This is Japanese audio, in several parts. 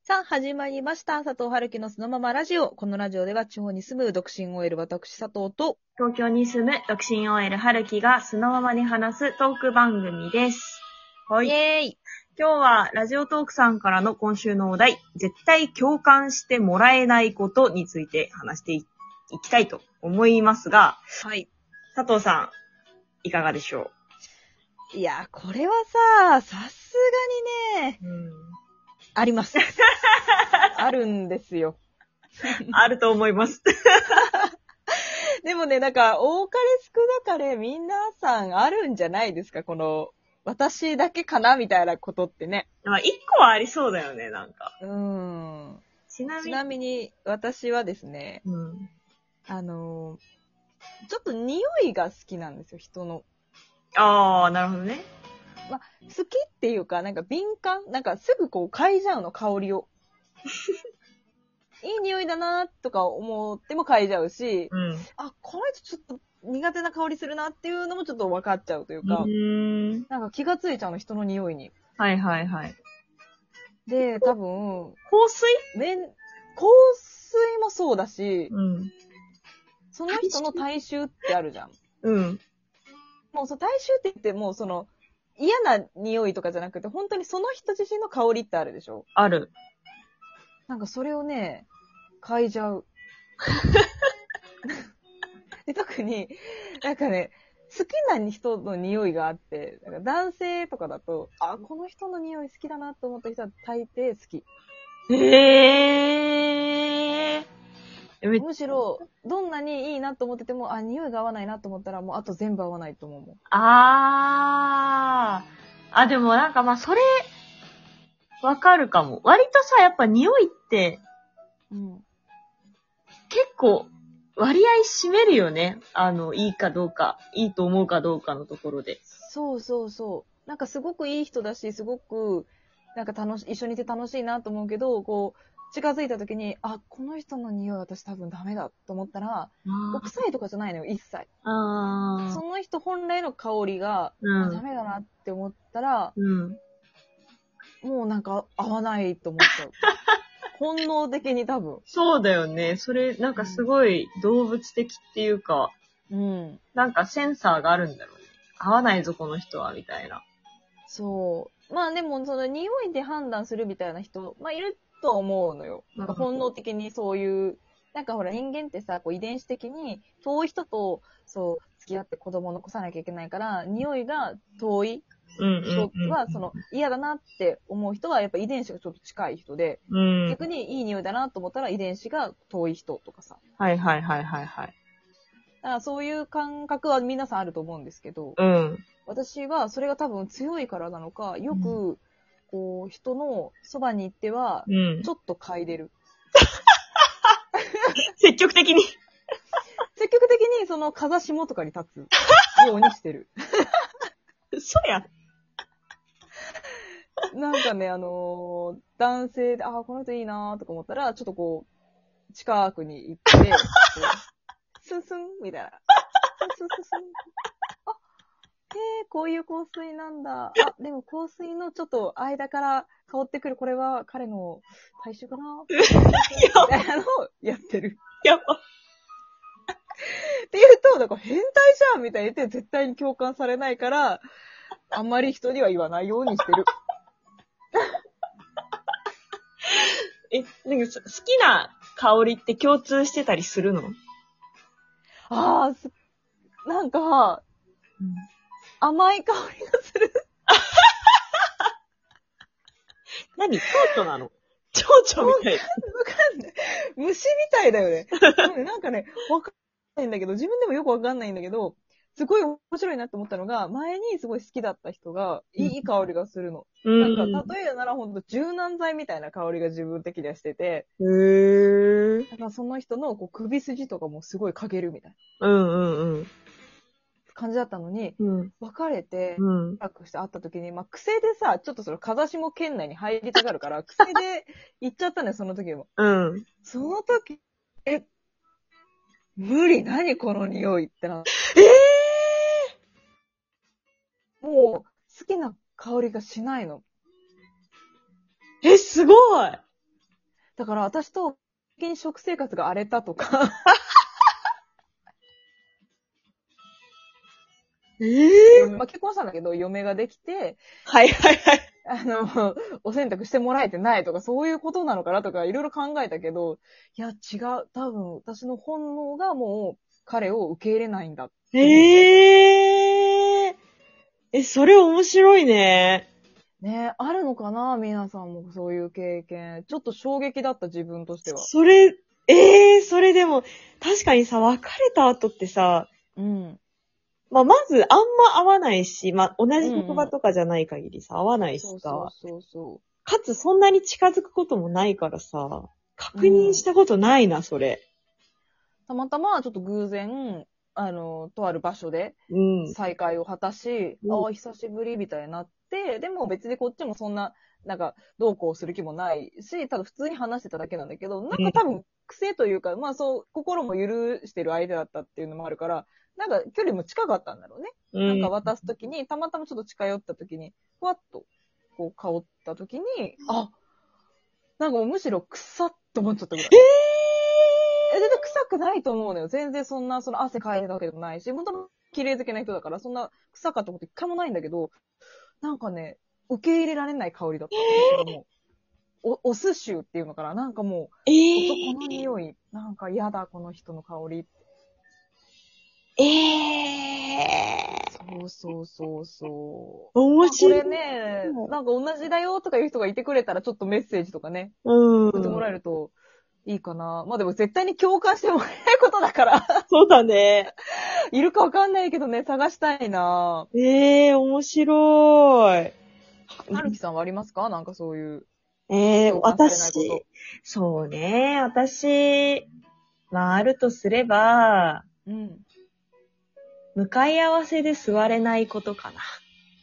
さあ、始まりました。佐藤春樹のそのままラジオ。このラジオでは地方に住む独身 OL 私佐藤と、 東京に住む独身 OL 春樹が素のままに話すトーク番組です。はイい。 エーイ。 今日はラジオトークさんからの今週のお題、絶対共感してもらえないことについて話していきたいと思いますが、 はい。 佐藤さん、いかがでしょいや、これはさすがにね、 う？ あります。あるんですよ。 あると思います。 でもね、なんか、多かれ少なかれ皆さんあるんじゃないですか、この、私だけかなみたいなことってね。 まあ、一個はありそうだよね、なんか。 ちちなみに。 なみに、私はですね、 うん。 ちょっと匂いが好きなんですよ、人の。 ああ、なるほどね。 まあ、好きっていうか、なんか敏感なんかすぐこう嗅いじゃうの、香りを。いい匂いだなとか思っても嗅いじゃうし、 うん。 あ、この人ちょっと苦手な香りするなっていうのもちょっと分かっちゃうといううか、 ーん。 なんか気がついちゃうの、人の匂いに。 はいはいはい。 で、多分、 香水？ 香水もそうだし、 うん。 その人の体臭ってあるじゃん。 うん。 もうその体臭って言っても、その、嫌な匂いとかじゃなくて、本当にその人自身の香りってあるでしょ。 ある。 なんかそれをね、嗅いじゃう。で特に、なんかね、好きな人の匂いがあって、なんか男性とかだと、あ、この人の匂い好きだなと思った人は大抵好き。 へー。 むしろ、どんなにいいなと思ってても、あ、匂いが合わないなと思ったら、もうあと全部合わないと思うもん。 でもなんかまあ、それ、わかるかも。割とさ、やっぱ匂いって、 うん。 結構、割合占めるよね。いいかどうか、いいと思うかどうかのところで。 そうそうそう。なんかすごくいい人だし、すごく、なんか一緒にいて楽しいなと思うけど、こう、近づいた時に、あ、この人の匂い私多分ダメだと思ったら、臭いとかじゃないのよ、一切。その人本来の香りが、あ、ダメだなって思ったら、 うん。 もうなんか合わないと思っちゃう。本能的に多分。 そうだよね。それ、なんかすごい動物的っていうか、 うん。 なんかセンサーがあるんだろうね。合わないぞ、この人は、みたいな。 そう。まあでも、その匂いで判断するみたいな人、まあいると思うのよ。なんか本能的にそういう、なんかほら人間ってさ、こう遺伝子的に遠い人とそう付き合って子供を残さなきゃいけないから、匂いが遠い人は、その嫌だなって思う人はやっぱ遺伝子がちょっと近い人で、逆にいい匂いだなと思ったら遺伝子が遠い人とかさ。 はいはいはいはいはい。 だからそういう感覚は皆さんあると思うんですけど、 うん。 私はそれが多分強いからなのか、よく、こう、人のそばに行っては、 うん。 ちょっと嗅いでる。 積極的に。 積極的にその風下とかに立つようにしてる。 そうやん。 なんかね、男性で、あ、この人いいなとか思ったら、ちょっとこう、近くに行って、こうスンスンみたいな。スンスンスンスン。あ、こういう香水なんだ。あ、でも香水のちょっと間から香ってくる、これは彼の体臭かなみたいなのをやってる。 やば。 って言うと、なんか変態じゃんみたいに言って絶対に共感されないから、あんまり人には言わないようにしてる。 なんか好きな香りって共通してたりするの？ ああ、なんか、甘い香りがする。 何？蝶々なの？蝶々みたい。 わかんない。虫みたいだよね。なんかね、わかんないんだけど、自分でもよくわかんないんだけど、すごい面白いなって思ったのが、前にすごい好きだった人が、いい香りがするの。なんか、例えるならほんと柔軟剤みたいな香りが自分的にはしてて、だからその人のこう首筋とかもすごい嗅げるみたいな感じだったのに、別れて、して会った時に、まあ、癖でさ、ちょっとその風下圏内に入りたがるから、癖で行っちゃったのよ、その時も。その時、無理、何この匂いってな。もう、好きな香りがしないの。 すごい。 だから私と、食生活が荒れたとか、まあ結婚したんだけど、嫁ができて、 はいはいはい。 お洗濯してもらえてないとか、そういうことなのかなとか、いろいろ考えたけど、いや、違う。多分、私の本能がもう、彼を受け入れないんだって思った。 それ面白いね。 ね、あるのかな皆さんもそういう経験。ちょっと衝撃だった自分としては。 それでも、確かにさ、別れた後ってさ、 うん。 まずあんま合わないし、同じ言葉とかじゃない限りさ、合わないしそうさ、 そうそかつそんなに近づくこともないからさ、確う。 認したことないな、それ。 たまたま、ちょっと偶然、とある場所でうん。 再会を果たし、 うんああ、久しぶりみたいになって、でも別にこっちもそんな、なんか、どうこうする気もないし、ただ普通に話してただけなんだけど、なんか多分、癖というか、まあそう、心も許してる相手だったっていうのもあるから、なんか距離も近かったんだろうね。 うん。 なんか渡すときに、たまたまちょっと近寄ったときに、ふわっと、こう、香ったときに、あ、なんかもうむしろ臭っと思っちゃったぐらい。全然臭くないと思うのよ。全然そんな、汗かいてたわけでもないし、本当に綺麗好きな人だから、そんな臭かったこと一回もないんだけど、なんかね、受け入れられない香りだった。私がもう、お酢臭っていうのかななんかもう、男の匂い、なんか嫌だ、この人の香り。そう。 面白い。 これね、なんか同じだよとかいう人がいてくれたら、ちょっとメッセージとかね、 うん。 送ってもらえるといいかな。まあでも絶対に共感してもらえないことだから。 そうだね。 いるかわかんないけどね、探したいな。 面白い。 はるきさんはありますかなんかそういう。 私、そうね、私、あるとすれば、 うん。 向かい合わせで座れないことかな。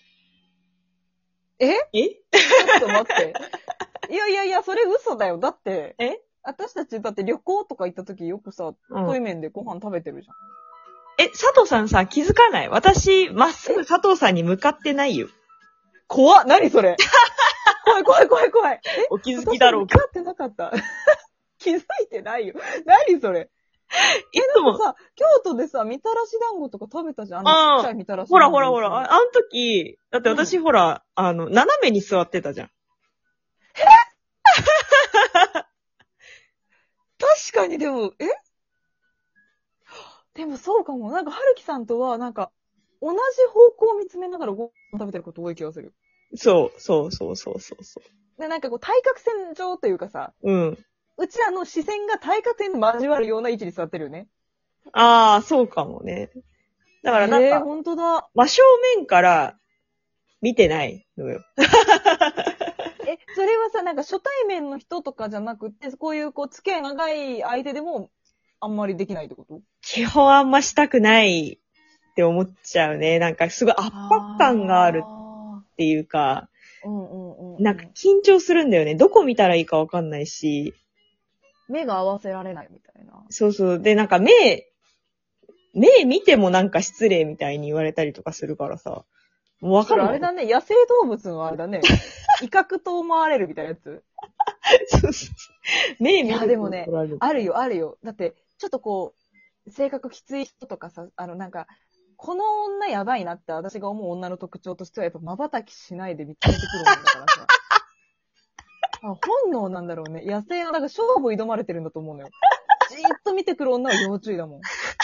ちょえっと待って。いや、それ嘘だよ。だって、私たちだって旅行とか行った時よくさ、対面でご飯食べてるじゃん。 佐藤さんさ、気づかない？私、まっすぐ佐藤さんに向かってないよ。 怖っ何それ怖い。 お気づきだろうか。 向かってなかった。気づいてないよ。何それなんかさ、京都でさ、みたらし団子とか食べたじゃん。ちっちゃいみたらし団子。 ほら。あの時、だって私、ほら、斜めに座ってたじゃん。 確かに、でも、でもそうかも。なんか、はるきさんとは、なんか、同じ方向を見つめながらご飯食べてること多い気がする。 そう。 で、なんかこう、対角線上というかさ、 うん。 うちらの視線が対角線に交わるような位置に座ってるよね。 ああ、そうかもね。だからなんか、 本当だ。 真正面から見てないのよ。 それはさ、なんか初対面の人とかじゃなくて、こういうこう、付き合い長い相手でも、あんまりできないってこと？ 基本あんましたくないって思っちゃうね。なんかすごい圧迫感があるっていうか、なんか緊張するんだよね。どこ見たらいいかわかんないし。 目が合わせられないみたいな。 そう。で、なんか目見てもなんか失礼みたいに言われたりとかするからさ。もうわかる。 あれだね、野生動物のあれだね。威嚇と思われるみたいなやつ。 そう。目見ると。 いや、でもね、あるよ。だって、ちょっとこう、性格きつい人とかさ、なんか、この女やばいなって私が思う女の特徴としては、やっぱ瞬きしないで見つめてくるもんだからさ。本能なんだろうね。野生の、なんか勝負挑まれてるんだと思うのよ。じーっと見てくる女は要注意だもん。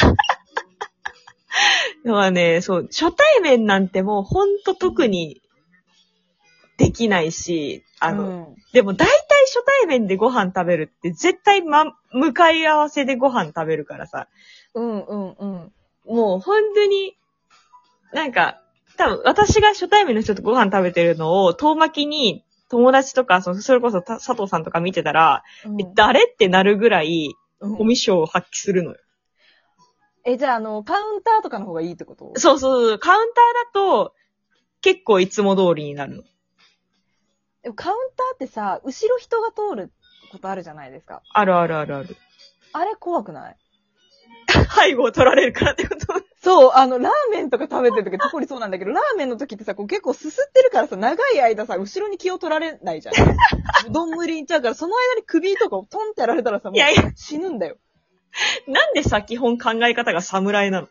だからね、そう、初対面なんてもうほんと特にできないし、でも大体初対面でご飯食べるって絶対向かい合わせでご飯食べるからさ。もう本当に、なんか、多分私が初対面の人とご飯食べてるのを遠巻きに友達とか、それこそ佐藤さんとか見てたら、誰ってなるぐらいコミュ障を発揮するのよ。 じゃあカウンターとかの方がいいってこと？ そう。カウンターだと、結構いつも通りになるの。 でもカウンターってさ、後ろ人が通ることあるじゃないですか。 ある。 あれ怖くない？ 背後を取られるからってこと？ そう、ラーメンとか食べてる時特にそうなんだけど、ラーメンの時ってさ、こう結構すすってるからさ、長い間さ、後ろに気を取られないじゃん。どんむりいっちゃうから、その間に首とかをトンってやられたらさ、もういやいや死ぬんだよ。 なんでさ、基本考え方が侍なの？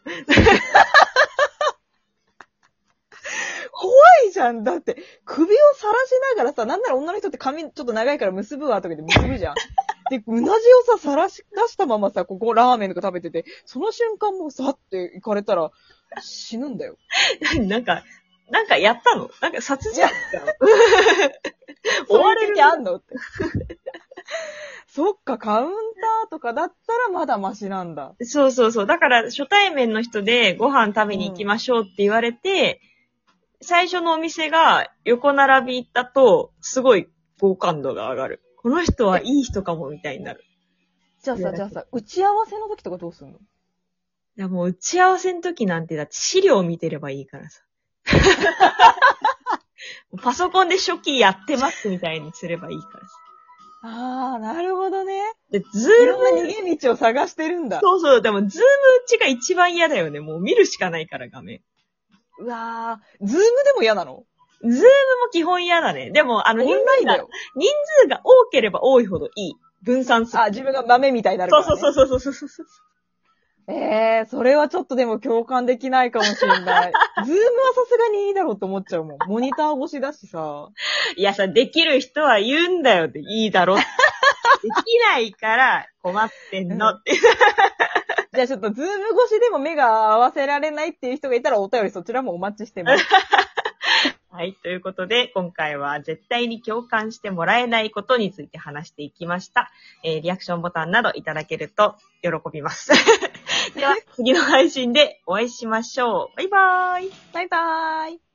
怖いじゃん。だって、首をさらしながらさ、なんなら女の人って髪ちょっと長いから結ぶわとか言って結ぶじゃん。で、うなじをさ、さらし出したままさ、ここラーメンとか食べてて、その瞬間もうさって行かれたら死ぬんだよ。 なんかやったの？なんか殺人だったの？ 終われる気あんのって。そっか、カウンターとかだったらまだマシなんだ。 そうそうそう。だから初対面の人でご飯食べに行きましょうって言われて、最初のお店が横並びだと、すごい好感度が上がる。この人はいい人かもみたいになる。 じゃあさ、打ち合わせの時とかどうすんの？ いやもう打ち合わせの時なんてだって資料見てればいいからさ。パソコンで初期やってますみたいにすればいいからさ。 あー、なるほどね。 で、 いろんな逃げ道を探してるんだ。 そうそう、でもズーム打ちが一番嫌だよね。もう見るしかないから画面。 うわー、ズームでも嫌なの？ ズームも基本嫌だね。でも、 オンラインだよ。 人数が多ければ多いほどいい。分散する。 あ、自分が豆みたいになるから、ね。 そうそう。 それはちょっとでも共感できないかもしれない。ズームはさすがにいいだろうと思っちゃうもん。モニター越しだしさ。 いやさ、できる人は言うんだよっていいだろ。できないから困ってんのって。 じゃあちょっとズーム越しでも目が合わせられないっていう人がいたらお便りそちらもお待ちしてます。 はい。ということで、今回は絶対に共感してもらえないことについて話していきました。リアクションボタンなどいただけると喜びます。では、次の配信でお会いしましょう。バイバーイ。 バイバーイ。